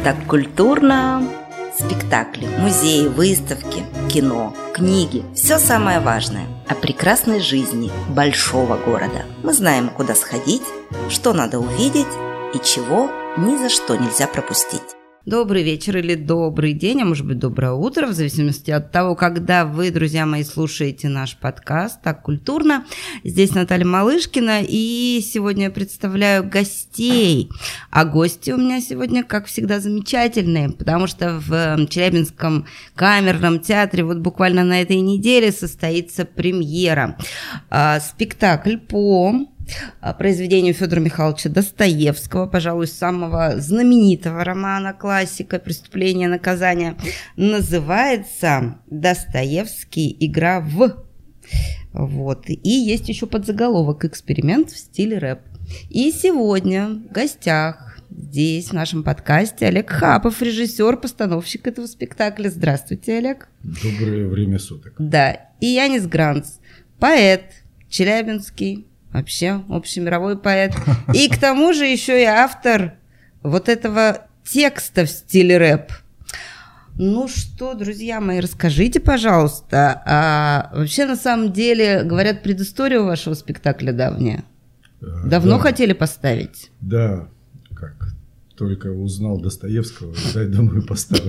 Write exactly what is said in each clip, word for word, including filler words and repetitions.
Так культурно. Спектакли, музеи, выставки, кино, книги – все самое важное о прекрасной жизни большого города. Мы знаем, куда сходить, что надо увидеть и чего ни за что нельзя пропустить. Добрый вечер или добрый день, а может быть доброе утро, в зависимости от того, когда вы, друзья мои, слушаете наш подкаст «Так культурно». Здесь Наталья Малышкина, и сегодня я представляю гостей. А гости у меня сегодня, как всегда, замечательные, потому что в Челябинском камерном театре вот буквально на этой неделе состоится премьера. Спектакль по произведению Федора Михайловича Достоевского, пожалуй, самого знаменитого романа классика «Преступление и наказание», называется «Достоевский. Игра в». Вот. И есть еще подзаголовок «Эксперимент в стиле рэп». И сегодня в гостях здесь, в нашем подкасте, Олег Хапов, режиссер, постановщик этого спектакля. Здравствуйте, Олег. Доброе время суток. Да. И Янис Гранц, поэт, челябинский, вообще общемировой поэт. И к тому же еще и автор вот этого текста в стиле рэп. Ну что, друзья мои, расскажите, пожалуйста, а вообще на самом деле, говорят, предыстория вашего спектакля давняя? Давно да. хотели поставить? Да, как только узнал Достоевского, дай, думаю, поставлю.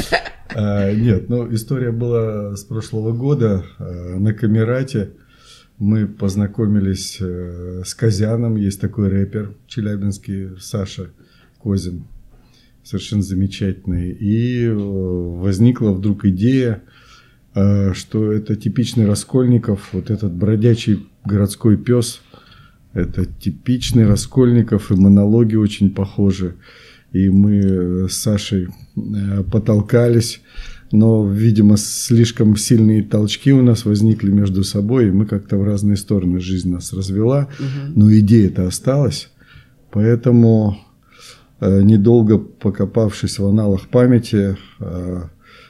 Нет, ну история была с прошлого года на Камерате. Мы познакомились э, с Козяном, есть такой рэпер челябинский, Саша Козин, совершенно замечательный. И э, возникла вдруг идея, э, что это типичный Раскольников, вот этот бродячий городской пес, это типичный Раскольников, и монологи очень похожи. И мы с Сашей э, потолкались. Но, видимо, слишком сильные толчки у нас возникли между собой, и мы как-то в разные стороны, жизнь нас развела. Угу. Но идея-то осталась. Поэтому, э, недолго покопавшись в аналах памяти, э,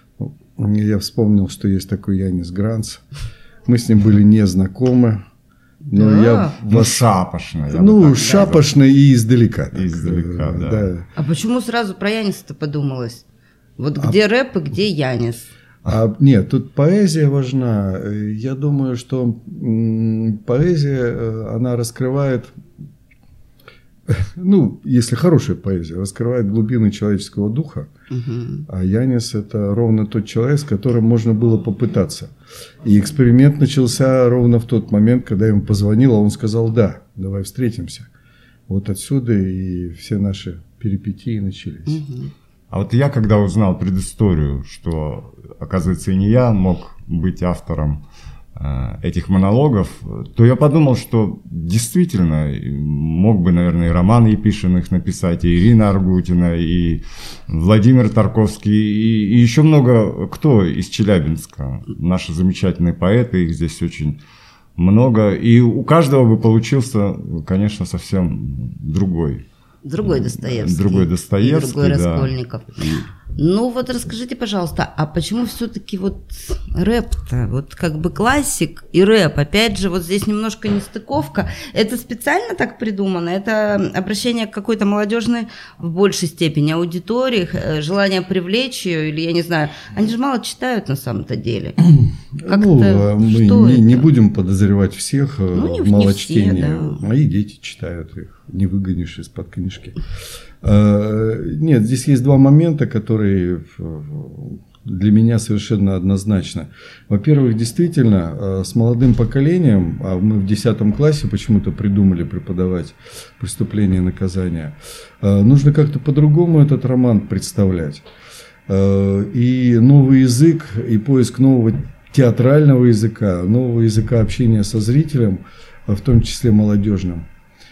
я вспомнил, что есть такой Янис Гранц. Мы с ним были не знакомы. Но да. я ну, вас... шапошно. Ну, шапошно и издалека. И издалека, да. да. А почему сразу про Яниса-то подумалось? Вот где а, рэп и где Янис? А, нет, тут поэзия важна. Я думаю, что м, поэзия, она раскрывает, ну, если хорошая поэзия, раскрывает глубины человеческого духа. Угу. А Янис – это ровно тот человек, с которым можно было попытаться. И эксперимент начался ровно в тот момент, когда я ему позвонил, а он сказал: да, давай встретимся. Вот отсюда и все наши перипетии начались. Угу. А вот я, когда узнал предысторию, что, оказывается, и не я мог быть автором э, этих монологов, то я подумал, что действительно мог бы, наверное, и Роман Епишин их написать, и Ирина Аргутина, и Владимир Тарковский, и, и еще много кто из Челябинска. Наши замечательные поэты, их здесь очень много. И у каждого бы получился, конечно, совсем другой. Другой Достоевский. Другой Достоевский, другой да. Раскольников. Ну вот расскажите, пожалуйста, а почему все-таки вот рэп-то, вот как бы классик и рэп, опять же, вот здесь немножко нестыковка, это специально так придумано, это обращение к какой-то молодежной в большей степени аудитории, желание привлечь ее, или я не знаю, они же мало читают на самом-то деле. Ну, мы не, не будем подозревать всех ну, не, в малочтении, да. Мои дети читают их, не выгонишь из-под книжки. Нет, здесь есть два момента, которые для меня совершенно однозначны. Во-первых, действительно, с молодым поколением, а мы в десятом классе почему-то придумали преподавать «Преступление и наказание», нужно как-то по-другому этот роман представлять. И новый язык, и поиск нового театрального языка, нового языка общения со зрителем, в том числе молодежным.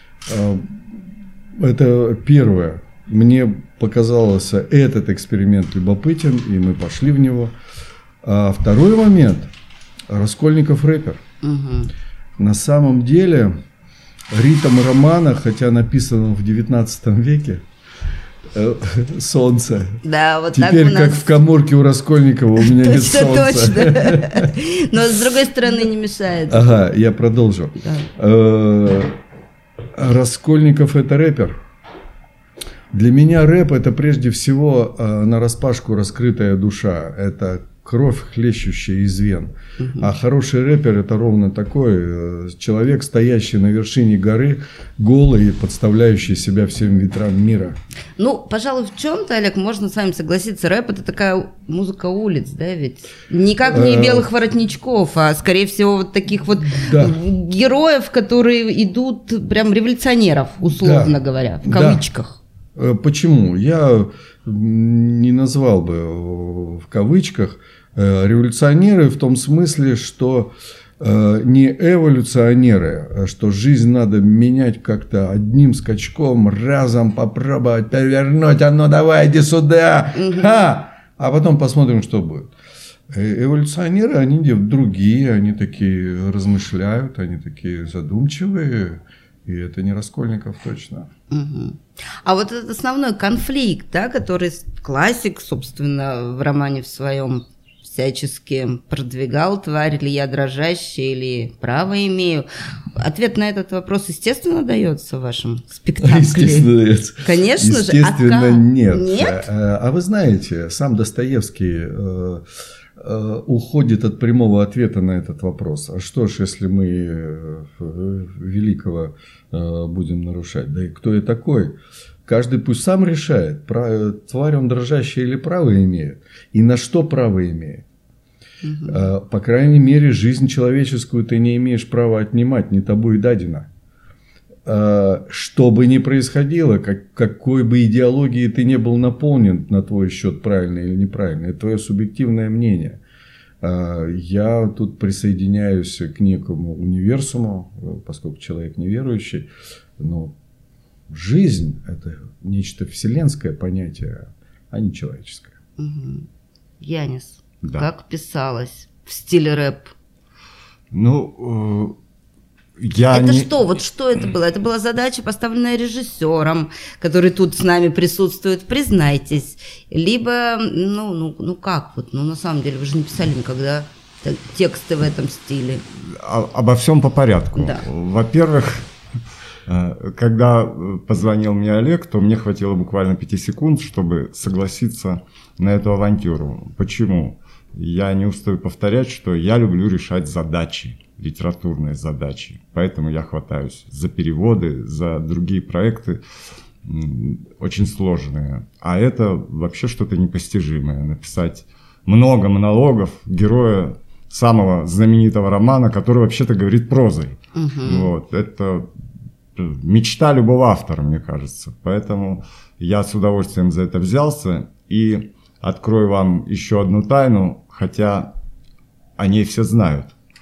Это первое. Мне показался этот эксперимент любопытен, и мы пошли в него. А второй момент. Раскольников рэпер. Угу. На самом деле ритм романа, хотя написан в девятнадцатом веке, солнце. Да, вот теперь так у нас... как в каморке у Раскольникова у меня нет солнца. Точно. Но с другой стороны не мешает. Ага, я продолжу. Раскольников – это рэпер. Для меня рэп – это прежде всего э, нараспашку раскрытая душа. Это кровь, хлещущая из вен. Uh-huh. А хороший рэпер – это ровно такой э, человек, стоящий на вершине горы, голый и подставляющий себя всем ветрам мира. Ну, пожалуй, в чем-то, Олег, можно с вами согласиться. Рэп – это такая музыка улиц, да, ведь? Никак не белых воротничков, а, скорее всего, вот таких вот да. героев, которые идут прям революционеров, условно да. говоря, в кавычках. Да. Почему? Я не назвал бы в кавычках революционеры в том смысле, что не эволюционеры, а что жизнь надо менять как-то одним скачком, разом попробовать перевернуть, а ну давай, иди сюда, угу. Ха! А потом посмотрим, что будет. Эволюционеры, они другие, они такие размышляют, они такие задумчивые, и это не Раскольников точно. Угу. А вот этот основной конфликт, да, который классик, собственно, в романе в своем всячески продвигал, тварь ли я дрожащая или право имею. Ответ на этот вопрос, естественно, дается в вашем спектакле? Естественно, дается. Конечно же. Естественно, а нет. Нет? А, а вы знаете, сам Достоевский э, э, уходит от прямого ответа на этот вопрос. А что ж, если мы э, великого э, будем нарушать? Да и кто я такой? Каждый пусть сам решает, тварь он дрожащая или право имеет, и на что право имеет. Угу. По крайней мере, жизнь человеческую ты не имеешь права отнимать, не тобой дадено. Что бы ни происходило, как, какой бы идеологией ты не был наполнен на твой счет, правильно или неправильно, это твое субъективное мнение. Я тут присоединяюсь к некому универсуму, поскольку человек неверующий, но жизнь – это нечто вселенское понятие, а не человеческое. Угу. Янис, да. Как писалось в стиле рэп? Ну, э, я Это не... что? Вот что это было? Это была задача, поставленная режиссером, который тут с нами присутствует, признайтесь. Либо, ну, ну, ну как вот? Ну, на самом деле, вы же не писали никогда тексты в этом стиле. О, обо всем по порядку. Да. Во-первых, когда позвонил мне Олег, то мне хватило буквально пяти секунд, чтобы согласиться на эту авантюру. Почему? Я не устаю повторять, что я люблю решать задачи, литературные задачи. Поэтому я хватаюсь за переводы, за другие проекты, очень сложные. А это вообще что-то непостижимое. Написать много монологов героя самого знаменитого романа, который вообще-то говорит прозой. Угу. Вот, это... мечта любого автора, мне кажется. Поэтому я с удовольствием за это взялся. И открою вам еще одну тайну, хотя о ней все знают.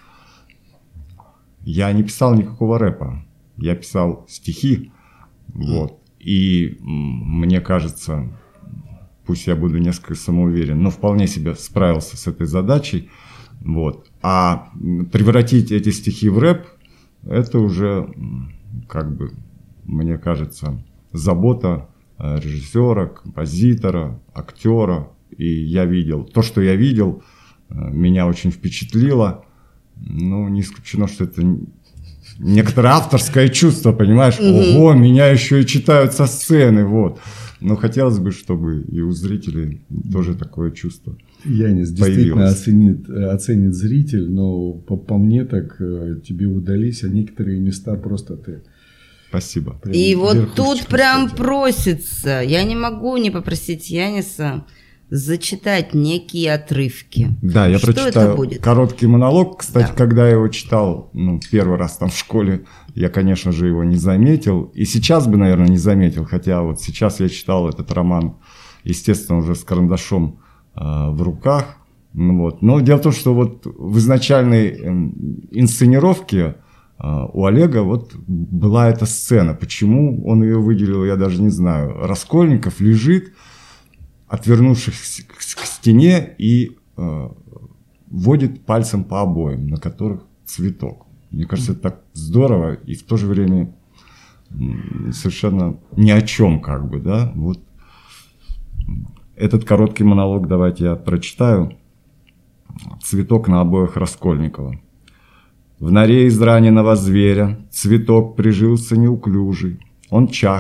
Я не писал никакого рэпа. Я писал стихи. Вот. И мне кажется, пусть я буду несколько самоуверен, но вполне себе справился с этой задачей. Вот. А превратить эти стихи в рэп, это уже... как бы, мне кажется, забота режиссера, композитора, актера. И я видел, то, что я видел, меня очень впечатлило. Ну, не исключено, что это некоторое авторское чувство, понимаешь? Mm-hmm. Ого, меня еще и читают со сцены, вот. Но хотелось бы, чтобы и у зрителей тоже такое чувство Янис, действительно оценит, оценит зритель, но по, по мне так тебе удались, а некоторые места просто ты... Спасибо. И вот тут прям просится, я не могу не попросить Яниса зачитать некие отрывки. Да, я Что прочитаю это будет? Короткий монолог. Кстати, да. Когда я его читал, ну, первый раз там в школе, я, конечно же, его не заметил. И сейчас бы, наверное, не заметил, хотя вот сейчас я читал этот роман, естественно, уже с карандашом э, в руках. Ну, вот. Но дело в том, что вот в изначальной э, инсценировке у Олега вот была эта сцена. Почему он ее выделил, я даже не знаю. Раскольников лежит, отвернувшись к стене, и э, водит пальцем по обоям, на которых цветок. Мне кажется, это так здорово и в то же время совершенно ни о чем, как бы, да. Вот этот короткий монолог давайте я прочитаю. Цветок на обоях Раскольникова. В норе израненного зверя цветок прижился неуклюжий. Он чахлый,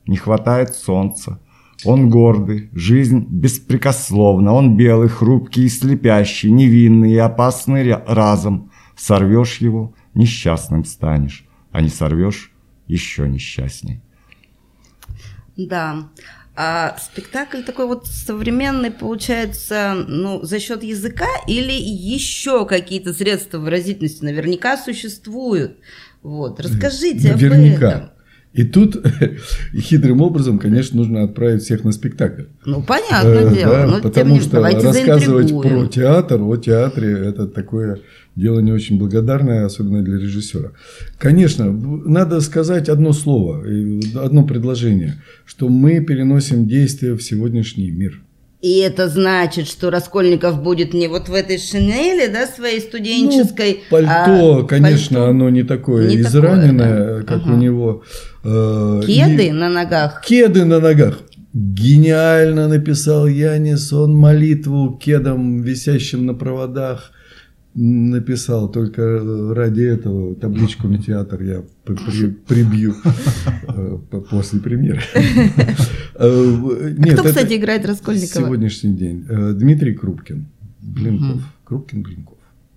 не хватает солнца. Он гордый, жизнь беспрекословна, он белый, хрупкий и слепящий, невинный и опасный разом. Сорвешь его, несчастным станешь, а не сорвешь, еще несчастней. Да. А спектакль такой вот современный, получается, ну, за счет языка или еще какие-то средства выразительности наверняка существуют? Вот, расскажите наверняка. об этом. И тут хитрым образом, конечно, нужно отправить всех на спектакль. Ну, понятное э, дело. Да, но потому тем, что давайте рассказывать заинтригуем. про театр, о театре, это такое дело не очень благодарное, особенно для режиссера. Конечно, надо сказать одно слово, одно предложение, что мы переносим действие в сегодняшний мир. И это значит, что Раскольников будет не вот в этой шинели, да, своей студенческой. Ну, пальто, а конечно, пальто оно не такое не израненное, такое, да. как Ага. у него. Э, Кеды и... на ногах. Кеды на ногах. Гениально написал Янис, он молитву кедом, висящим на проводах, написал. Только ради этого табличку на театр я при, прибью после премьеры. Кто, кстати, играет Раскольникова? Сегодняшний день. Дмитрий Крупкин. Блинков. Крупкин, Блинков.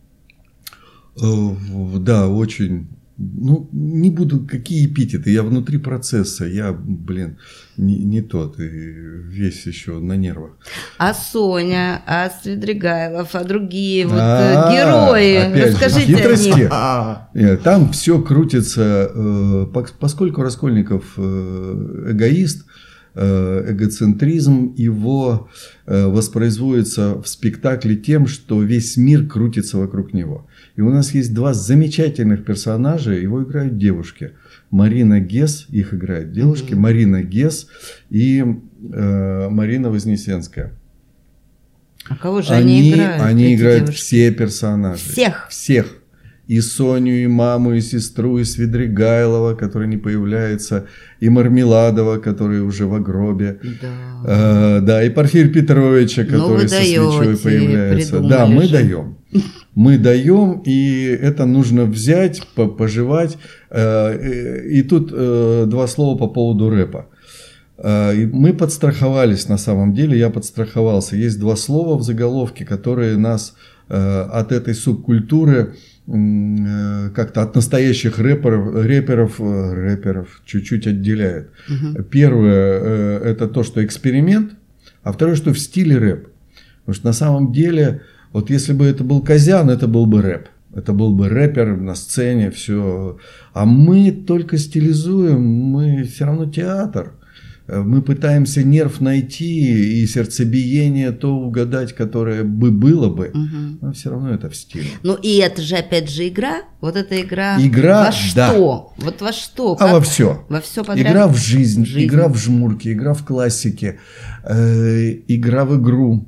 Да, очень... Ну, не буду, какие эпитеты, я внутри процесса, я, блин, не, не тот, и весь еще на нервах. А Соня, а Свидригайлов, а другие вот А, герои, опять же, расскажите хитрости. о них. Нет, там все крутится, э, поскольку Раскольников э, эгоист, э, эгоцентризм его э, воспроизводится в спектакле тем, что весь мир крутится вокруг него. И у нас есть два замечательных персонажа, его играют девушки. Марина Гес, их играют девушки, mm-hmm. Марина Гес и э, Марина Вознесенская. А кого же они, они играют? Они играют девушки? все персонажи. Всех? Всех. И Соню, и маму, и сестру, и Свидригайлова, который не появляется, и Мармеладова, который уже в гробе. Да, э, да и Порфирия Петровича, который со свечой появляется. Да, мы же. даем. Мы даем, и это нужно взять, пожевать. И тут два слова по поводу рэпа. Мы подстраховались на самом деле, я подстраховался. Есть два слова в заголовке, которые нас от этой субкультуры, как-то от настоящих рэперов, рэперов, рэперов чуть-чуть отделяют. Угу. Первое – это то, что эксперимент, а второе, что в стиле рэп. Потому что на самом деле... Вот если бы это был Козян, это был бы рэп. Это был бы рэпер на сцене, все. А мы только стилизуем, мы все равно театр. Мы пытаемся нерв найти и сердцебиение то угадать, которое бы было бы. Угу. Но все равно это в стиле. Ну и это же опять же игра. Вот эта игра, игра во что? Да. Вот во что? Как? А во все. Во все подряд? Игра в жизнь, жизнь, игра в жмурки, игра в классике, э, игра в игру.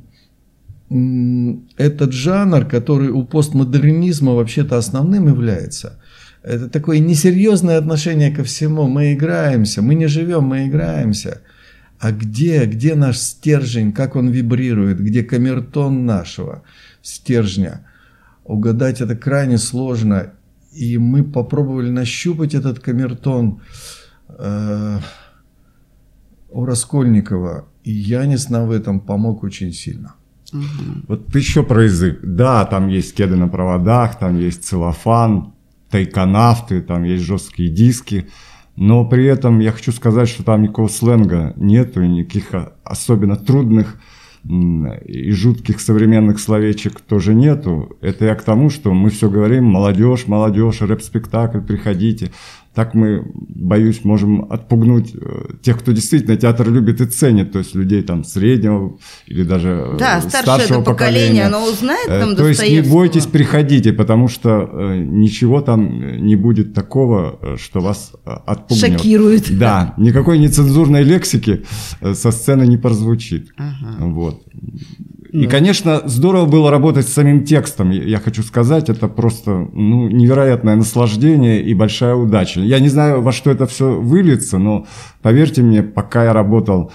Этот жанр, который у постмодернизма вообще-то основным является, это такое несерьезное отношение ко всему. Мы играемся, мы не живем, мы играемся. А где, где наш стержень, как он вибрирует, где камертон нашего стержня? Угадать это крайне сложно. И мы попробовали нащупать этот камертон э, у Раскольникова. И Янис нам в этом помог очень сильно. Угу. Вот еще про язык. Да, там есть кеды на проводах, там есть целлофан, тайконавты, там есть жесткие диски. Но при этом я хочу сказать, что там никакого сленга нету, никаких особенно трудных и жутких современных словечек тоже нету. Это я к тому, что мы все говорим: молодежь, молодежь, рэп-спектакль, приходите. Так мы, боюсь, можем отпугнуть тех, кто действительно театр любит и ценит, то есть людей там среднего или даже да, старшего поколения. Оно узнает там То есть не бойтесь, приходите, потому что ничего там не будет такого, что вас отпугнет. Шокирует. Да, никакой нецензурной лексики со сцены не прозвучит. Ага. Вот. И, конечно, здорово было работать с самим текстом, я хочу сказать, это просто ну, невероятное наслаждение и большая удача. Я не знаю, во что это все выльется, но поверьте мне, пока я работал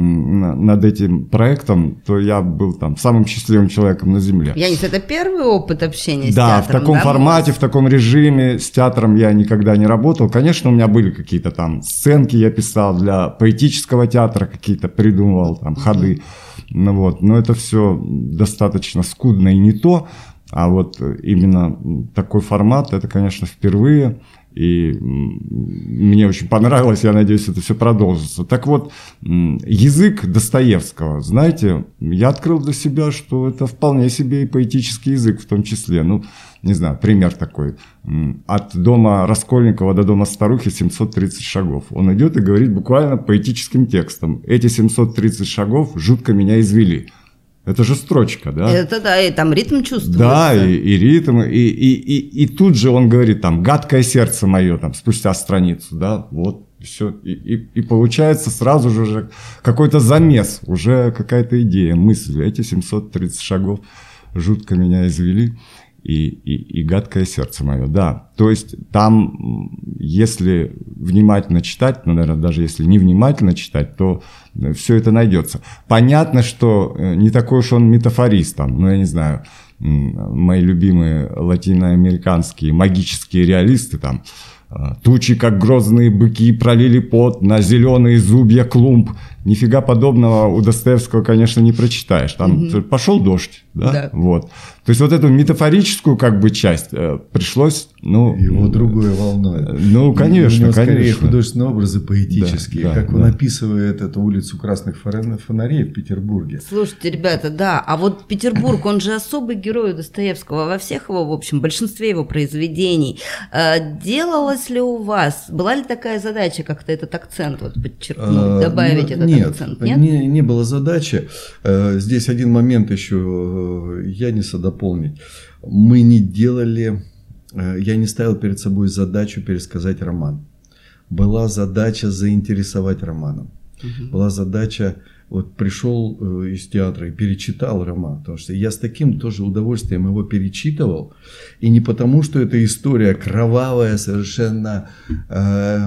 над этим проектом, то я был там самым счастливым человеком на земле. Янис, это первый опыт общения с да, театром? В таком да, формате, в таком режиме с театром я никогда не работал. Конечно, у меня были какие-то там сценки, я писал для поэтического театра, какие-то придумывал там ходы. Ну, вот. Но это все достаточно скудно и не то. А вот именно такой формат, это, конечно, впервые. И мне очень понравилось, я надеюсь, это все продолжится. Так вот, язык Достоевского, знаете, я открыл для себя, что это вполне себе и поэтический язык в том числе. Ну, не знаю, пример такой. От дома Раскольникова до дома старухи семьсот тридцать шагов. Он идет и говорит буквально поэтическим текстом. Эти семьсот тридцать шагов жутко меня извели. Это же строчка, да? Это да, и там ритм чувствуется. Да, и, и ритм, и, и, и, и тут же он говорит, там, гадкое сердце мое, там, спустя страницу, да, вот, все. И, и, и получается сразу же уже какой-то замес, уже какая-то идея, мысль. Эти семьсот тридцать шагов жутко меня извели. И, и, и гадкое сердце мое, да. То есть там, если внимательно читать, ну, наверное, даже если не внимательно читать, то все это найдется. Понятно, что не такой уж он метафорист, там, ну, я не знаю, мои любимые латиноамериканские магические реалисты, там, тучи, как грозные быки, пролили пот на зеленые зубья клумб. Нифига подобного у Достоевского, конечно, не прочитаешь. Там mm-hmm. пошел дождь, да? Да. Вот. То есть вот эту метафорическую как бы часть э, пришлось, ну... Его другой волной. Ну, конечно, у него скорее конечно. художественные образы поэтические, да, как да, он да. описывает эту улицу красных фонарей в Петербурге. Слушайте, ребята, да, а вот Петербург, он же особый герой у Достоевского во всех его, в общем, большинстве его произведений. Делалось ли у вас, была ли такая задача как-то этот акцент вот подчеркнуть, а, добавить ну, этот нет, акцент? Нет, не, не было задачи. Здесь один момент еще Яниса дополнить. Мы не делали, я не ставил перед собой задачу пересказать роман. Была задача заинтересовать романом. Угу. Была задача, вот пришел из театра и перечитал роман, потому что я с таким тоже удовольствием его перечитывал. И не потому, что эта история кровавая, совершенно э,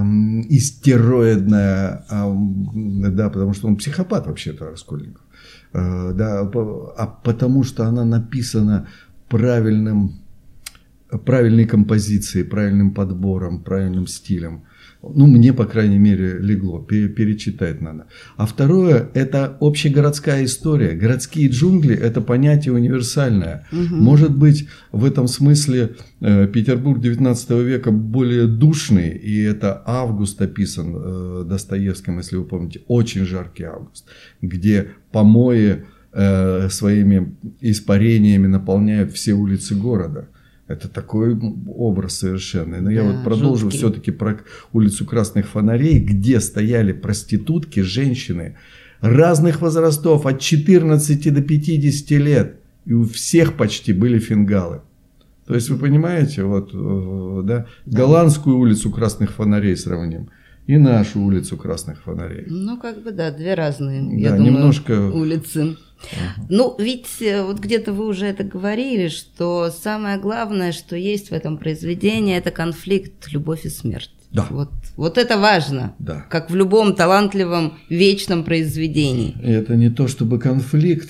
истероидная, э, да, потому что он психопат вообще-то, Раскольников. Э, да, а потому что она написана правильным, правильной композицией, правильным подбором, правильным стилем. Ну, мне, по крайней мере, легло, перечитать надо. А второе, это общегородская история. Городские джунгли – это понятие универсальное. Угу. Может быть, в этом смысле э, Петербург девятнадцатого века более душный, и это август описан э, Достоевским, если вы помните, очень жаркий август, где помои э, своими испарениями наполняют все улицы города. Это такой образ совершенный. Но да, я вот продолжу жуткий. Все-таки про улицу Красных Фонарей, где стояли проститутки, женщины разных возрастов, от четырнадцати до пятидесяти лет. И у всех почти были фингалы. То есть вы понимаете, вот, да, голландскую улицу Красных Фонарей сравним и нашу улицу Красных Фонарей. Ну, как бы, да, две разные, да, я думаю, немножко... улицы. Uh-huh. Ну, ведь вот где-то вы уже это говорили, что самое главное, что есть в этом произведении, это конфликт, любовь и смерть. Да. Вот, вот это важно, да. Как в любом талантливом, вечном произведении. Это не то чтобы конфликт.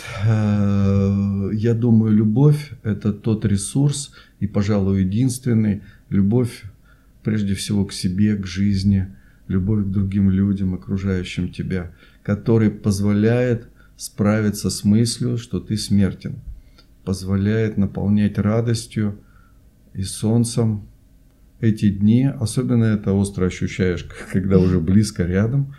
Я думаю, любовь – это тот ресурс, и, пожалуй, единственный. Любовь прежде всего к себе, к жизни, любовь к другим людям, окружающим тебя, который позволяет справиться с мыслью, что ты смертен, позволяет наполнять радостью и солнцем эти дни. Особенно это остро ощущаешь, когда уже близко рядом.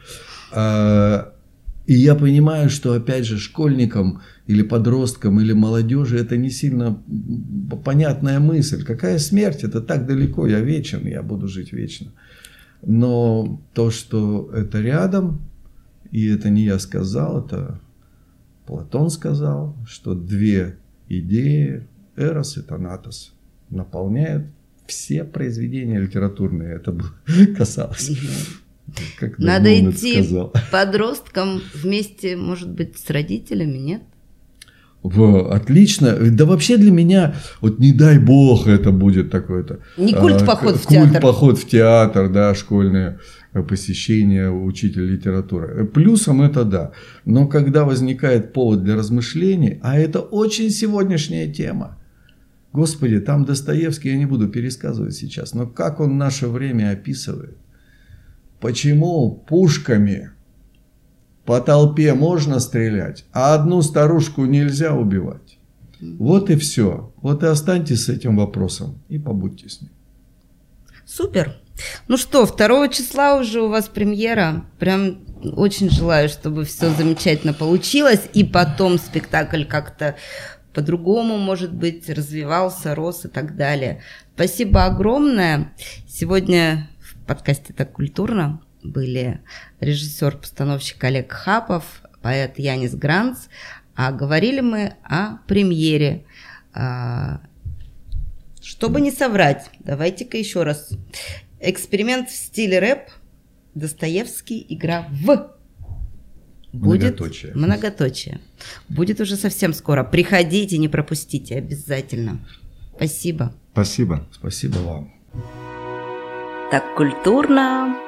И я понимаю, что, опять же, школьникам или подросткам или молодежи это не сильно понятная мысль. Какая смерть? Это так далеко, я вечен, я буду жить вечно. Но то, что это рядом, и это не я сказал, это Платон сказал, что две идеи, эрос и танатос, наполняют все произведения литературные. Это касалось. Как надо идти сказал. Подросткам вместе, может быть, с родителями, нет? В, отлично. Да вообще для меня, вот не дай бог это будет такой-то. Не культ-поход а, в театр. Культ-поход в театр, да, школьные. посещения учителя литературы. Плюсом это да. Но когда возникает повод для размышлений, а это очень сегодняшняя тема. Господи, там Достоевский, я не буду пересказывать сейчас, но как он наше время описывает. Почему пушками по толпе можно стрелять, а одну старушку нельзя убивать? Вот и все. Вот и останьтесь с этим вопросом и побудьте с ним. Супер. Ну что, второго числа уже у вас премьера. Прям очень желаю, чтобы все замечательно получилось. И потом спектакль как-то по-другому, может быть, развивался, рос и так далее. Спасибо огромное. Сегодня в подкасте «Так культурно» были режиссер-постановщик Олег Хапов, поэт Янис Гранц. А говорили мы о премьере. Чтобы не соврать, давайте-ка еще раз. Эксперимент в стиле рэп. Достоевский. Игра в... Будет многоточие. Многоточие. Будет уже совсем скоро. Приходите, не пропустите обязательно. Спасибо. Спасибо. Спасибо вам. Так культурно.